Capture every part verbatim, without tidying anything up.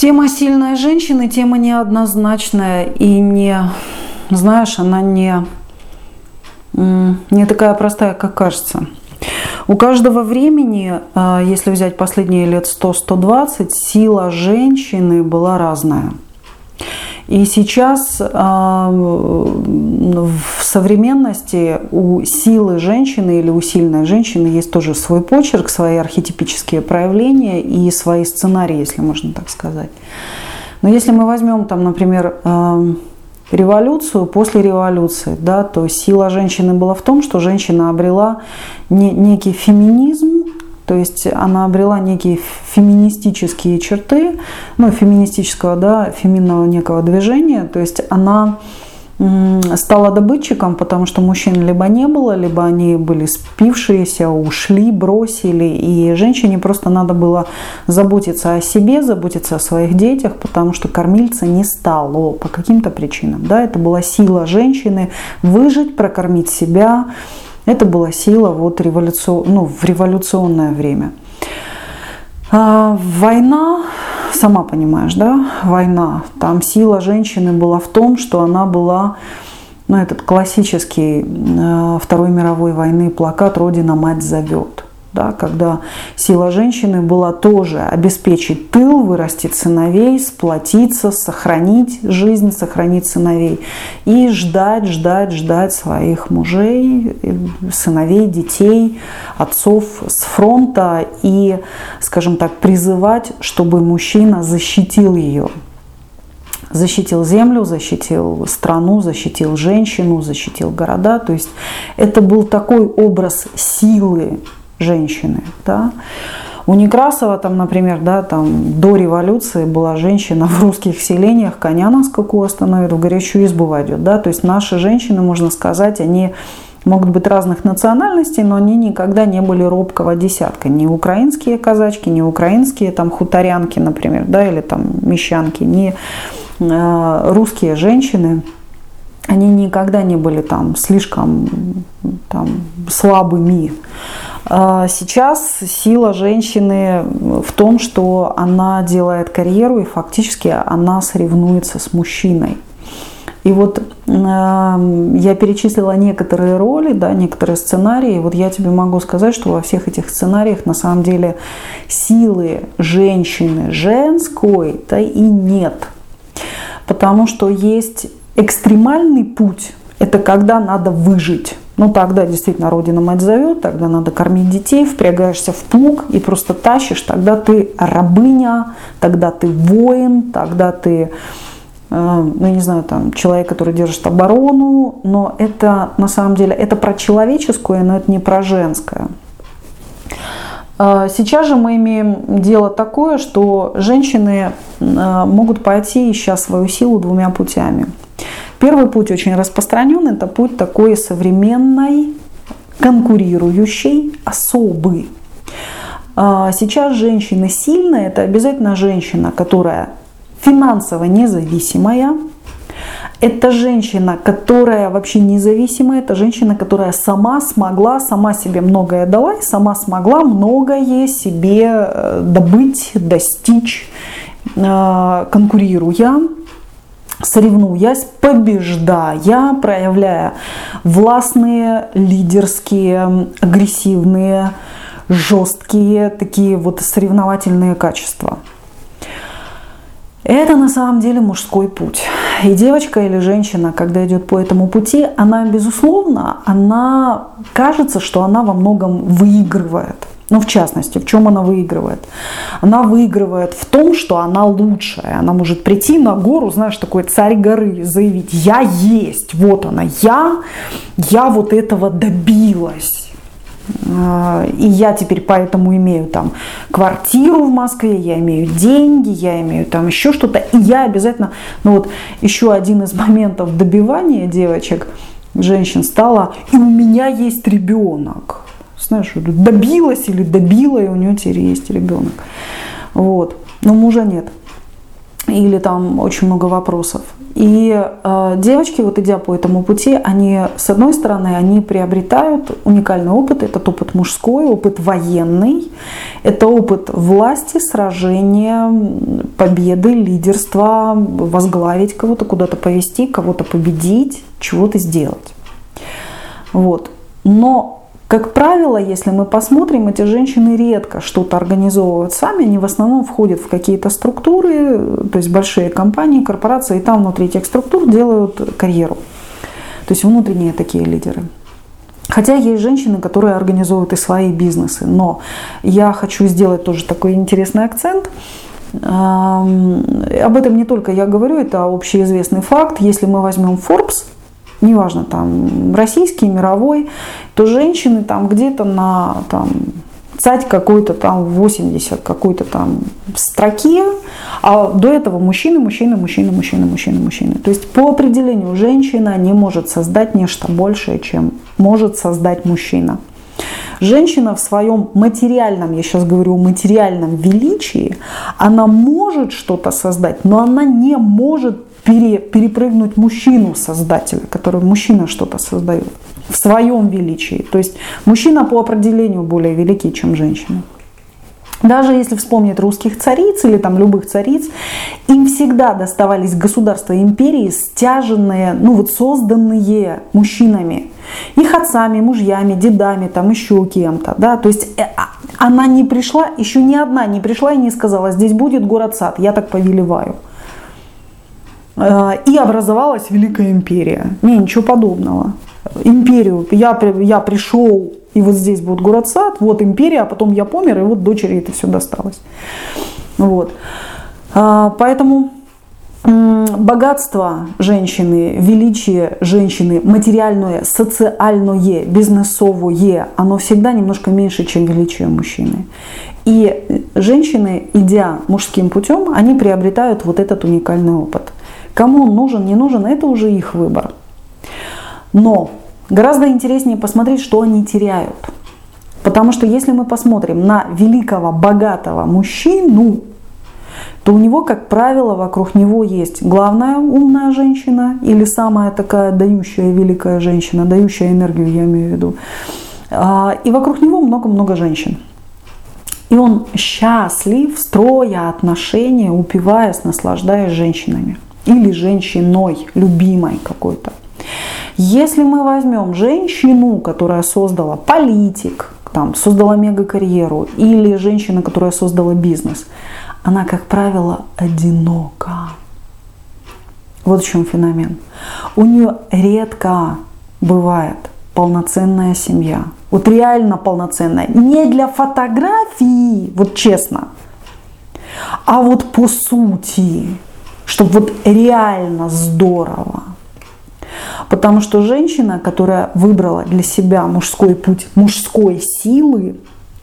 Тема сильной женщины, тема неоднозначная и не, знаешь, она не, не такая простая, как кажется. У каждого времени, если взять последние лет сто — сто двадцать, сила женщины была разная. И сейчас в современности у силы женщины или у сильной женщины есть тоже свой почерк, свои архетипические проявления и свои сценарии, если можно так сказать. Но если мы возьмем, там, например, революцию, после революции, да, то сила женщины была в том, что женщина обрела не, некий феминизм, то есть она обрела некие феминистические черты, ну, феминистического, да, феминного некого движения, то есть она стала добытчиком, потому что мужчин либо не было, либо они были спившиеся, ушли, бросили, и женщине просто надо было заботиться о себе, заботиться о своих детях, потому что кормильца не стало по каким-то причинам, да, это была сила женщины выжить, прокормить себя. Это была сила вот революцион... ну, в революционное время. А война, сама понимаешь, да, война, там сила женщины была в том, что она была, ну, этот классический э, Второй мировой войны плакат «Родина, мать зовет». Да, когда сила женщины была тоже обеспечить тыл, вырастить сыновей, сплотиться, сохранить жизнь, сохранить сыновей и ждать, ждать, ждать своих мужей, сыновей, детей, отцов с фронта и, скажем так, призывать, чтобы мужчина защитил ее. Защитил землю, защитил страну, защитил женщину, защитил города. То есть это был такой образ силы женщины, да. У Некрасова, там, например, да, там, до революции была женщина в русских селениях, коня на скаку остановит, в горячую избу войдет, да, то есть наши женщины, можно сказать, они могут быть разных национальностей, но они никогда не были робкого десятка, ни украинские казачки, ни украинские там хуторянки, например, да, или там мещанки, ни э, русские женщины. Они никогда не были там слишком там, слабыми. Сейчас сила женщины в том, что она делает карьеру и фактически она соревнуется с мужчиной. И вот э, я перечислила некоторые роли, да, некоторые сценарии. Вот я тебе могу сказать, что во всех этих сценариях на самом деле силы женщины женской-то и нет. Потому что есть экстремальный путь, это когда надо выжить. Ну, тогда действительно Родина, мать зовет, тогда надо кормить детей, впрягаешься в плуг и просто тащишь. Тогда ты рабыня, тогда ты воин, тогда ты, э, ну, не знаю, там, человек, который держит оборону. Но это, на самом деле, это про человеческое, но это не про женское. Сейчас же мы имеем дело такое, что женщины могут пойти, ища свою силу, двумя путями. Первый путь очень распространен, это путь такой современной, конкурирующей особы. Сейчас женщина сильная, это обязательно женщина, которая финансово независимая. Это женщина, которая вообще независимая, это женщина, которая сама смогла, сама себе многое дала, и сама смогла многое себе добыть, достичь, конкурируя, соревнуясь, побеждая, проявляя властные, лидерские, агрессивные, жесткие, такие вот соревновательные качества. Это на самом деле мужской путь. И девочка или женщина, когда идет по этому пути, она, безусловно, она кажется, что она во многом выигрывает. Ну, в частности, в чем она выигрывает? Она выигрывает в том, что она лучшая. Она может прийти на гору, знаешь, такой царь горы, заявить: я есть, вот она, я, я вот этого добилась. И я теперь поэтому имею там квартиру в Москве, я имею деньги, я имею там еще что-то. И я обязательно, ну вот еще один из моментов добивания девочек, женщин стало: и у меня есть ребенок. Знаешь, добилась или добила, и у нее теперь есть ребенок. Вот. Но мужа нет. или там очень много вопросов. И э, девочки, вот идя по этому пути, они, с одной стороны, они приобретают уникальный опыт. Этот опыт мужской, опыт военный. Это опыт власти, сражения, победы, лидерства, возглавить кого-то, куда-то повести, кого-то победить, чего-то сделать. Вот. Но как правило, если мы посмотрим, эти женщины редко что-то организовывают сами, они в основном входят в какие-то структуры, то есть большие компании, корпорации, и там внутри этих структур делают карьеру. То есть внутренние такие лидеры. Хотя есть женщины, которые организовывают и свои бизнесы, но я хочу сделать тоже такой интересный акцент. Об этом не только я говорю, это общеизвестный факт. Если мы возьмем Forbes, неважно, там, российский, мировой, то женщины там где-то на там, цать какой-то там восемьдесят какой-то там строке, а до этого мужчины, мужчины, мужчины, мужчины, мужчины, мужчины. То есть по определению женщина не может создать нечто большее, чем может создать мужчина. Женщина в своем материальном, я сейчас говорю о материальном величии, она может что-то создать, но она не может пере, перепрыгнуть мужчину-создателя, который мужчина что-то создает в своем величии. То есть мужчина по определению более великий, чем женщина. Даже если вспомнить русских цариц или там любых цариц, им всегда доставались государства и империи, стяженные, ну вот созданные мужчинами. Их отцами, мужьями, дедами, там еще кем-то. Да? То есть она не пришла, еще ни одна не пришла и не сказала, здесь будет город-сад, я так повелеваю. И образовалась Великая империя. Не, ничего подобного. Империю, я, я пришел, и вот здесь будет город-сад, вот империя, а потом я помер, и вот дочери это все досталось. Вот. Поэтому богатство женщины, величие женщины, материальное, социальное, бизнесовое, оно всегда немножко меньше, чем величие мужчины. И женщины, идя мужским путем, они приобретают вот этот уникальный опыт. Кому он нужен, не нужен, это уже их выбор. Но гораздо интереснее посмотреть, что они теряют. Потому что если мы посмотрим на великого, богатого мужчину, то у него, как правило, вокруг него есть главная умная женщина или самая такая дающая великая женщина, дающая энергию, я имею в виду. И вокруг него много-много женщин. И он счастлив, строя отношения, упиваясь, наслаждаясь женщинами. Или женщиной, любимой какой-то. Если мы возьмем женщину, которая создала политик, там, создала мега-карьеру, или женщина, которая создала бизнес, она, как правило, одинока. Вот в чем феномен. У нее редко бывает полноценная семья. Вот реально полноценная. Не для фотографии, вот честно, а вот по сути, чтобы вот реально здорово. Потому что женщина, которая выбрала для себя мужской путь, мужской силы,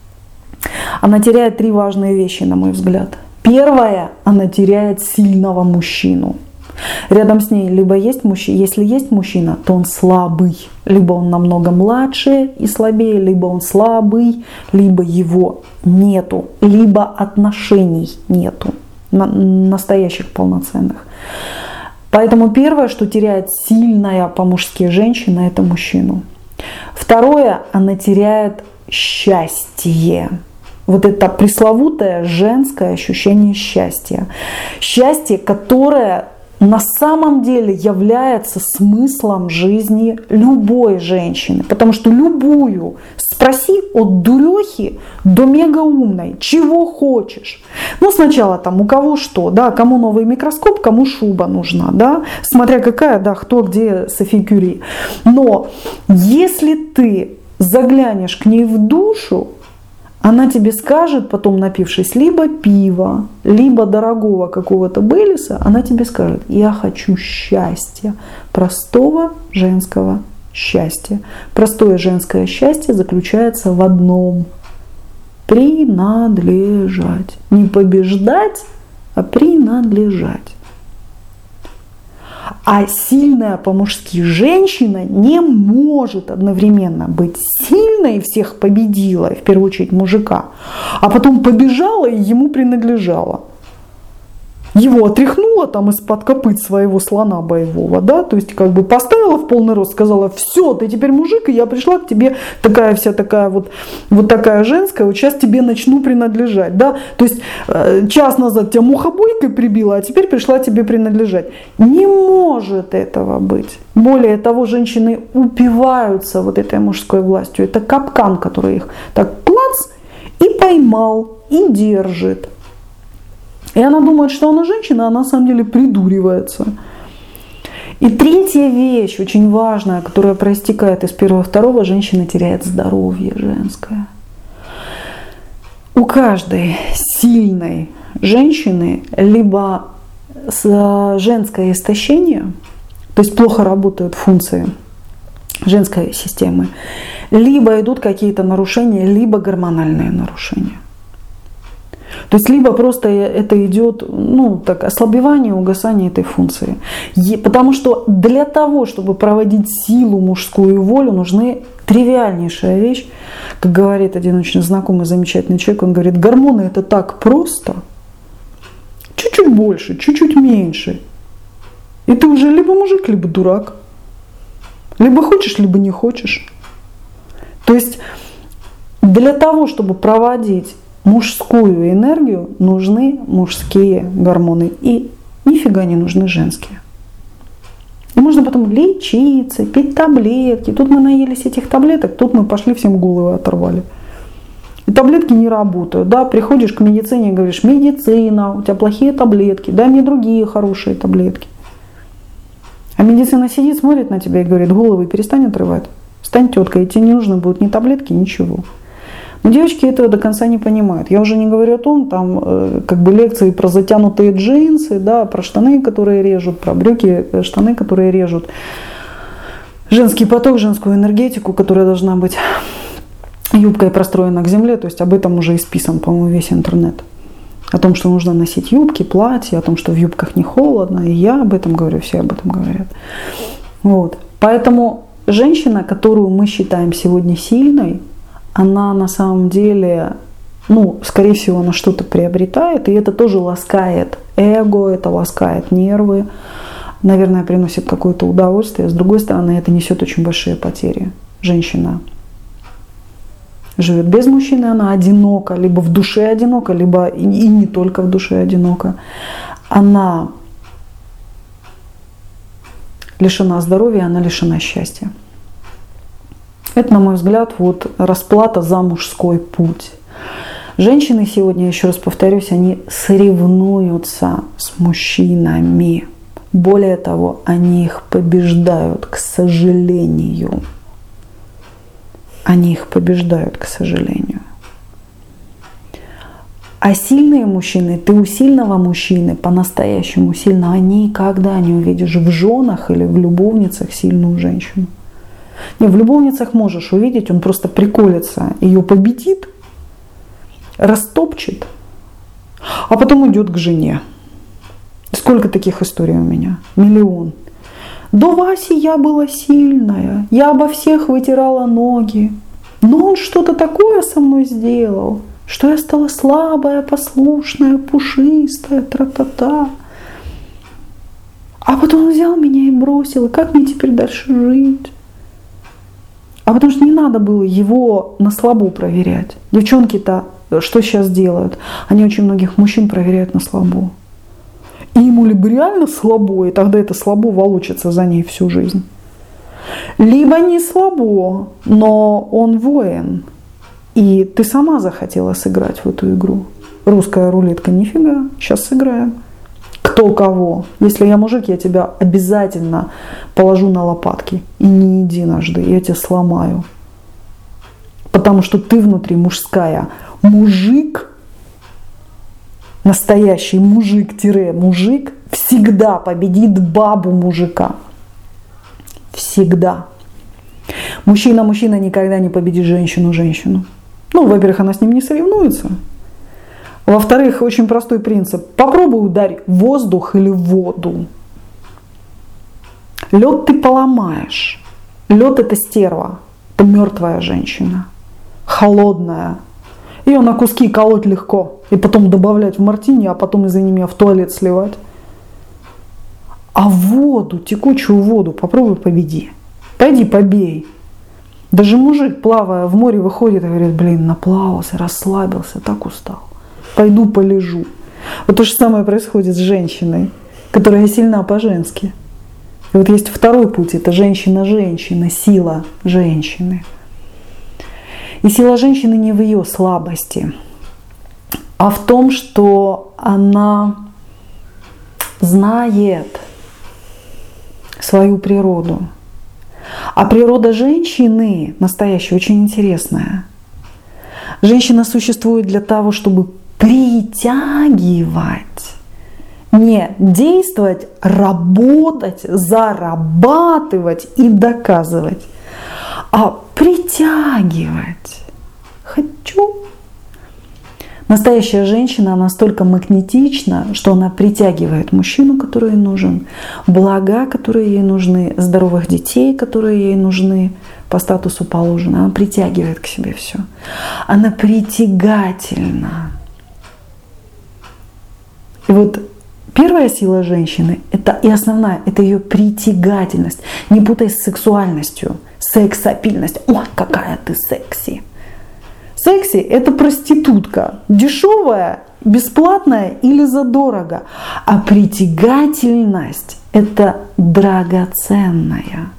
она теряет три важные вещи, на мой взгляд. Первое, она теряет сильного мужчину. Рядом с ней либо есть мужчина, если есть мужчина, то он слабый. Либо он намного младше и слабее, либо он слабый, либо его нету, либо отношений нету, настоящих полноценных. Поэтому первое, что теряет сильная по-мужски женщина, это мужчину. Второе, она теряет счастье. Вот это пресловутое женское ощущение счастья. Счастье, которое на самом деле является смыслом жизни любой женщины. Потому что любую, спроси от дурехи до мегаумной, чего хочешь. Ну, сначала там у кого что, да, кому новый микроскоп, кому шуба нужна, да, смотря какая, да, кто где Софи Кюри. Но если ты заглянешь к ней в душу, она тебе скажет, потом напившись либо пива, либо дорогого какого-то Бейлиса, она тебе скажет: я хочу счастья, простого женского счастья. Простое женское счастье заключается в одном: принадлежать. Не побеждать, а принадлежать. А сильная по-мужски женщина не может одновременно быть сильной и всех победила, в первую очередь мужика, а потом побежала и ему принадлежала. его отряхнула там из-под копыт своего слона боевого, да, то есть как бы поставила в полный рост, сказала: все, ты теперь мужик, и я пришла к тебе такая вся такая вот, вот такая женская, вот сейчас тебе начну принадлежать, да, то есть час назад тебя мухобойкой прибила, а теперь пришла тебе принадлежать. Не может этого быть. Более того, женщины упиваются вот этой мужской властью. Это капкан, который их так плац и поймал, и держит. И она думает, что она женщина, а на самом деле придуривается. И третья вещь, очень важная, которая проистекает из первого-второго: женщина теряет здоровье женское. У каждой сильной женщины либо женское истощение, то есть плохо работают функции женской системы, либо идут какие-то нарушения, либо гормональные нарушения. То есть либо просто это идет, ну, так, ослабевание, угасание этой функции. Потому что для того, чтобы проводить силу, мужскую волю, нужны тривиальнейшая вещь. Как говорит один очень знакомый, замечательный человек, он говорит: гормоны — это так просто. Чуть-чуть больше, чуть-чуть меньше. И ты уже либо мужик, либо дурак. Либо хочешь, либо не хочешь. То есть для того, чтобы проводить мужскую энергию, нужны мужские гормоны. И нифига не нужны женские. И можно потом лечиться, пить таблетки. Тут мы наелись этих таблеток, тут мы пошли всем головы оторвали. И таблетки не работают. Да? Приходишь к медицине и говоришь: медицина, у тебя плохие таблетки, дай мне другие хорошие таблетки. А медицина сидит, смотрит на тебя и говорит: головы перестань отрывать, стань теткой, и тебе не нужны будут ни таблетки, ничего. Но девочки этого до конца не понимают. Я уже не говорю о том, там э, как бы лекции про затянутые джинсы, да, про штаны, которые режут, про брюки, штаны, которые режут. Женский поток, женскую энергетику, которая должна быть юбкой простроена к земле. То есть об этом уже исписан, по-моему, весь интернет. О том, что нужно носить юбки, платья, о том, что в юбках не холодно. И я об этом говорю, все об этом говорят. Вот. Поэтому женщина, которую мы считаем сегодня сильной, она на самом деле, ну, скорее всего, она что-то приобретает, и это тоже ласкает эго, это ласкает нервы, наверное, приносит какое-то удовольствие. С другой стороны, это несет очень большие потери. Женщина живет без мужчины, она одинока, либо в душе одинока, либо и не только в душе одинока. Она лишена здоровья, она лишена счастья. Это, на мой взгляд, вот расплата за мужской путь. Женщины сегодня, еще раз повторюсь, они соревнуются с мужчинами. Более того, они их побеждают, к сожалению. Они их побеждают, к сожалению. А сильные мужчины, ты у сильного мужчины, по-настоящему сильного, никогда не увидишь в женах или в любовницах сильную женщину. Не, в любовницах можешь увидеть, он просто приколется, ее победит, растопчет, а потом идет к жене. Сколько таких историй у меня? Миллион. До Васи я была сильная, я обо всех вытирала ноги, но он что-то такое со мной сделал, что я стала слабая, послушная, пушистая, тра-та-та. А потом он взял меня и бросил, и как мне теперь дальше жить? А потому что не надо было его на слабо проверять. Девчонки-то что сейчас делают? Они очень многих мужчин проверяют на слабо. И ему либо реально слабо, и тогда это слабо волочится за ней всю жизнь. Либо не слабо, но он воин. И ты сама захотела сыграть в эту игру. Русская рулетка, нифига, сейчас сыграем. Кто кого. Если я мужик, я тебя обязательно положу на лопатки. И не единожды, я тебя сломаю. Потому что ты внутри мужская. Мужик, настоящий мужик-мужик, всегда победит бабу мужика. Всегда. Мужчина-мужчина никогда не победит женщину-женщину. Ну, во-первых, она с ним не соревнуется. Во-вторых, очень простой принцип. Попробуй ударь воздух или воду. Лед ты поломаешь. Лед — это стерва. Это мертвая женщина. Холодная. Ее на куски колоть легко. И потом добавлять в мартини, а потом, извини меня, в туалет сливать. А воду, текучую воду, попробуй победи. Пойди побей. Даже мужик, плавая в море, выходит и говорит: блин, наплавался, расслабился, так устал. Пойду полежу. Вот то же самое происходит с женщиной, которая сильна по-женски. И вот есть второй путь, это женщина-женщина, сила женщины. И сила женщины не в ее слабости, а в том, что она знает свою природу. А природа женщины настоящая очень интересная. Женщина существует для того, чтобы притягивать, не действовать, работать, зарабатывать и доказывать, а притягивать. Хочу. Настоящая женщина настолько магнетична, что она притягивает мужчину, который ей нужен, блага, которые ей нужны, здоровых детей, которые ей нужны, по статусу положено. Она притягивает к себе все. Она притягательна. И вот первая сила женщины, это и основная, это ее притягательность. Не путай с сексуальностью, сексапильность. Ой, какая ты секси. Секси – это проститутка, дешевая, бесплатная или задорого. А притягательность – это драгоценная.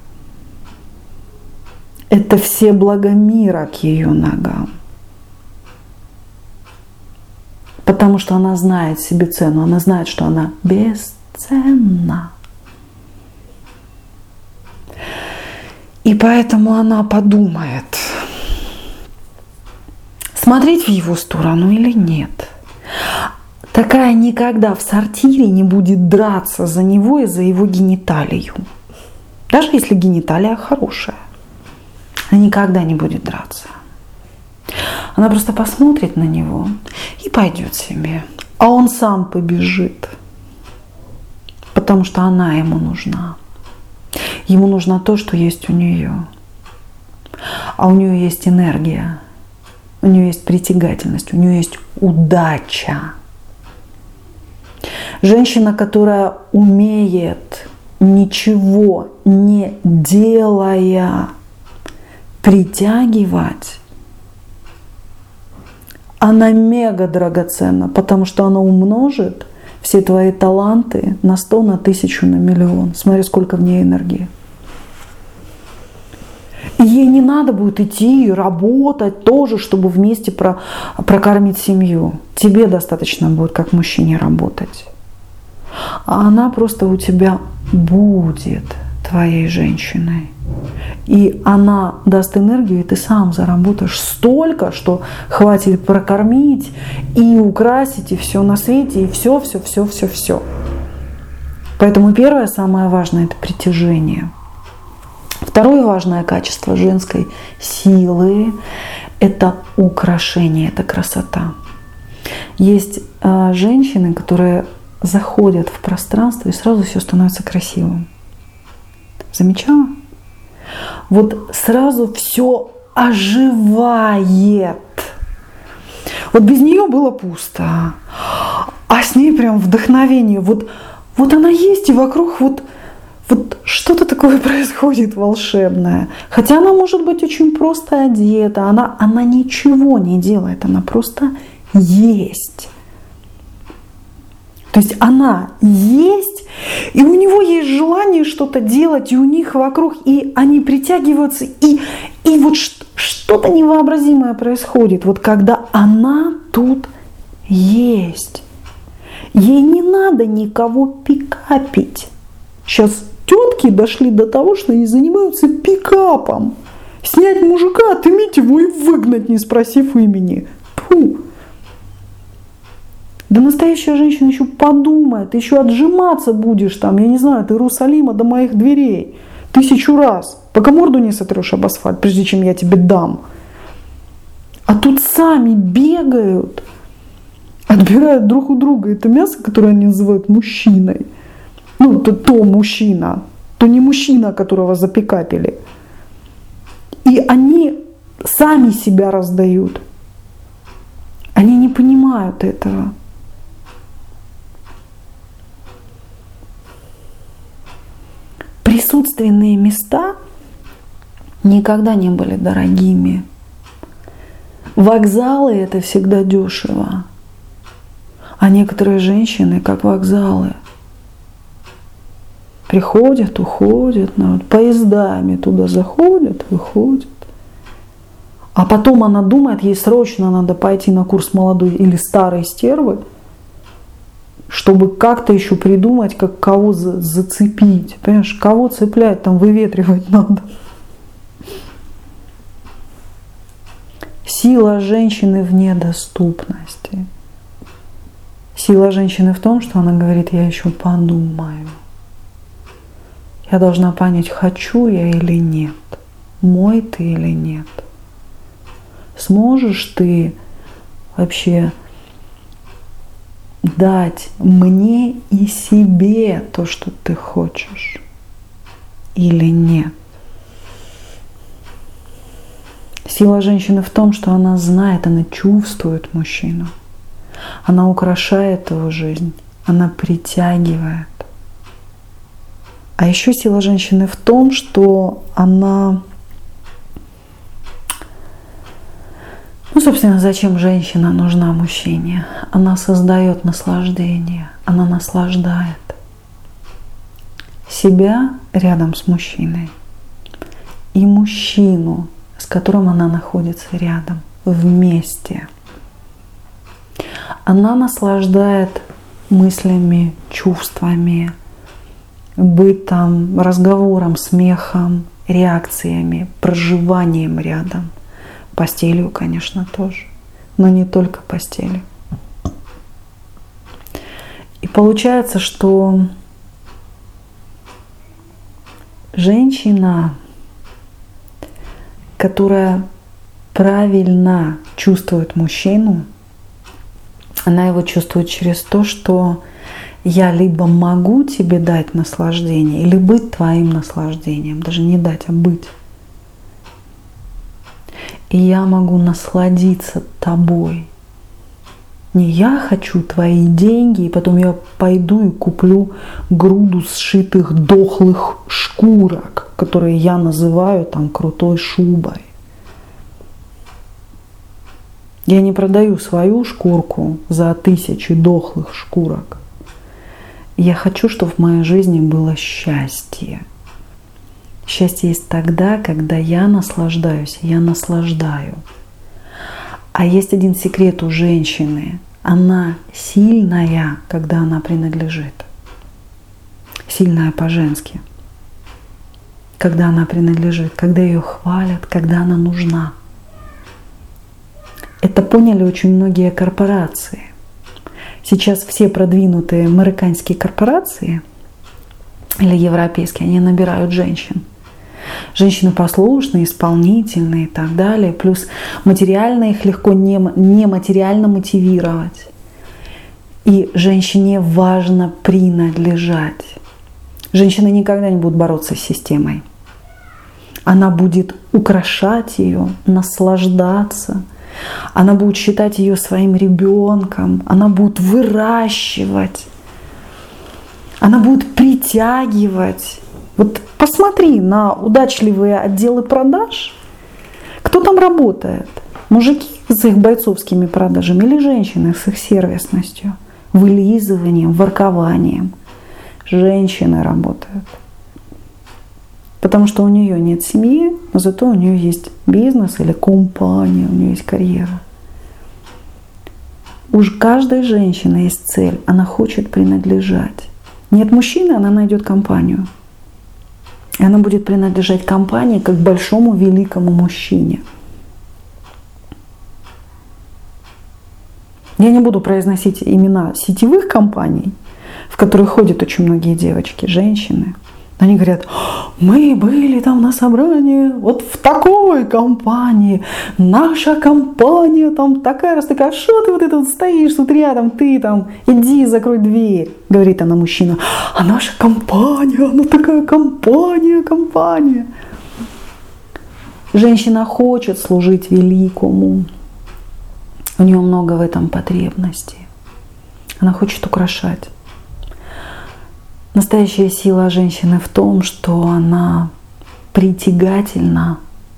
Это все блага мира к ее ногам. Потому что она знает себе цену, она знает, что она бесценна. И поэтому она подумает, смотреть в его сторону или нет. Такая никогда в сортире не будет драться за него и за его гениталию. Даже если гениталия хорошая. Она никогда не будет драться. Она просто посмотрит на него и пойдет себе. А он сам побежит. Потому что она ему нужна. Ему нужно то, что есть у нее. А у нее есть энергия. У нее есть притягательность. У нее есть удача. Женщина, которая умеет, ничего не делая, притягивать, она мега драгоценна, потому что она умножит все твои таланты на сто, на тысячу, на миллион. Смотри, сколько в ней энергии. И ей не надо будет идти и работать тоже, чтобы вместе про, прокормить семью. Тебе достаточно будет как мужчине работать. А она просто у тебя будет твоей женщиной. И она даст энергию, и ты сам заработаешь столько, что хватит прокормить и украсить, и все на свете, и все, все, все, все, все. Поэтому первое, самое важное – это притяжение. Второе важное качество женской силы – это украшение, это красота. Есть э, женщины, которые заходят в пространство, и сразу все становится красивым. Замечала? Вот сразу все оживает. Вот без нее было пусто, а с ней прям вдохновение. Вот, вот она есть, и вокруг вот, вот что-то такое происходит волшебное. Хотя она может быть очень просто одета, она, она ничего не делает, она просто есть. То есть она есть, и у него есть желание что-то делать, и у них вокруг, и они притягиваются, и, и вот что-то невообразимое происходит, вот когда она тут есть. Ей не надо никого пикапить. Сейчас тетки дошли до того, что они занимаются пикапом. Снять мужика, отыметь его и выгнать, не спросив имени. Фу. Да настоящая женщина еще подумает, ты еще отжиматься будешь там, я не знаю, от Иерусалима до моих дверей тысячу раз, пока морду не сотрешь об асфальт, прежде чем я тебе дам. А тут сами бегают, отбирают друг у друга это мясо, которое они называют мужчиной. Ну, то, то мужчина, то не мужчина, которого запикапили. И они сами себя раздают. понимают этого. Присутственные места никогда не были дорогими. Вокзалы – это всегда дешево. А некоторые женщины, как вокзалы, приходят, уходят, вот, поездами туда заходят, выходят. А потом она думает, ей срочно надо пойти на курс молодой или старой стервы, чтобы как-то еще придумать, как кого за- зацепить. Понимаешь, кого цеплять, там выветривать надо. Сила женщины в недоступности. Сила женщины в том, что она говорит, я еще подумаю. Я должна понять, хочу я или нет, мой ты или нет. Сможешь ты вообще дать мне и себе то, что ты хочешь, или нет? Сила женщины в том, что она знает, она чувствует мужчину. Она украшает его жизнь, она притягивает. А еще сила женщины в том, что она... Ну, собственно, зачем женщина нужна мужчине? Она создает наслаждение, она наслаждает себя рядом с мужчиной и мужчину, с которым она находится рядом, вместе. Она наслаждает мыслями, чувствами, бытом, разговором, смехом, реакциями, проживанием рядом. Постелью, конечно, тоже, но не только постелью. И получается, что женщина, которая правильно чувствует мужчину, она его чувствует через то, что я либо могу тебе дать наслаждение, или быть твоим наслаждением, даже не дать, а быть. И я могу насладиться тобой. Не я хочу твои деньги, и потом я пойду и куплю груду сшитых дохлых шкурок, которые я называю там крутой шубой. Я не продаю свою шкурку за тысячи дохлых шкурок. Я хочу, чтобы в моей жизни было счастье. Счастье есть тогда, когда я наслаждаюсь, я наслаждаю. А есть один секрет у женщины. Она сильная, когда она принадлежит. Сильная по-женски. Когда она принадлежит, когда ее хвалят, когда она нужна. Это поняли очень многие корпорации. Сейчас все продвинутые американские корпорации или европейские, они набирают женщин. Женщины послушные, исполнительные и так далее. Плюс материально их легко не, не материально мотивировать. И женщине важно принадлежать. Женщины никогда не будут бороться с системой. Она будет украшать ее, наслаждаться. Она будет считать ее своим ребенком. Она будет выращивать. Она будет притягивать. Вот посмотри на удачливые отделы продаж. Кто там работает? Мужики с их бойцовскими продажами или женщины с их сервисностью, вылизыванием, воркованием? Женщины работают. Потому что у нее нет семьи, но зато у нее есть бизнес или компания, у нее есть карьера. У каждой женщины есть цель, она хочет принадлежать. Нет мужчины, она найдет компанию. И она будет принадлежать компании как большому великому мужчине. Я не буду произносить имена сетевых компаний, в которых ходят очень многие девочки, женщины. Они говорят, мы были там на собрании вот в такой компании, наша компания там такая раз такая, что ты вот это вот стоишь тут рядом, ты там, иди закрой дверь, говорит она мужчина, а наша компания, она такая компания, компания. Женщина хочет служить великому. У нее много в этом потребностей. Она хочет украшать. Настоящая сила женщины в том, что она притягательна,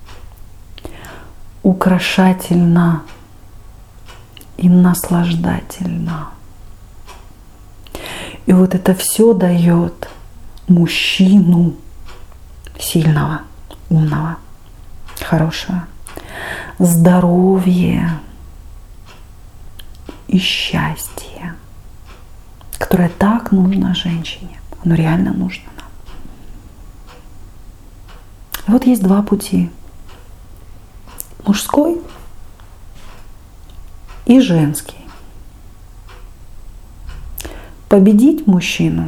украшательна и наслаждательна. И вот это все дает мужчину сильного, умного, хорошего, здоровье и счастье, которое так нужно женщине. Оно реально нужно нам. И вот есть два пути. Мужской и женский. Победить мужчину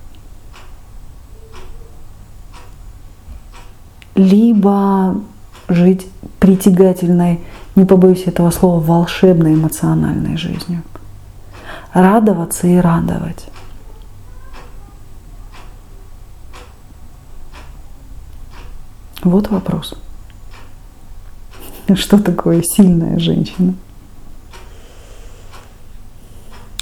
либо жить притягательной, не побоюсь этого слова, волшебной эмоциональной жизнью. Радоваться и радовать. Вот вопрос. Что такое сильная женщина?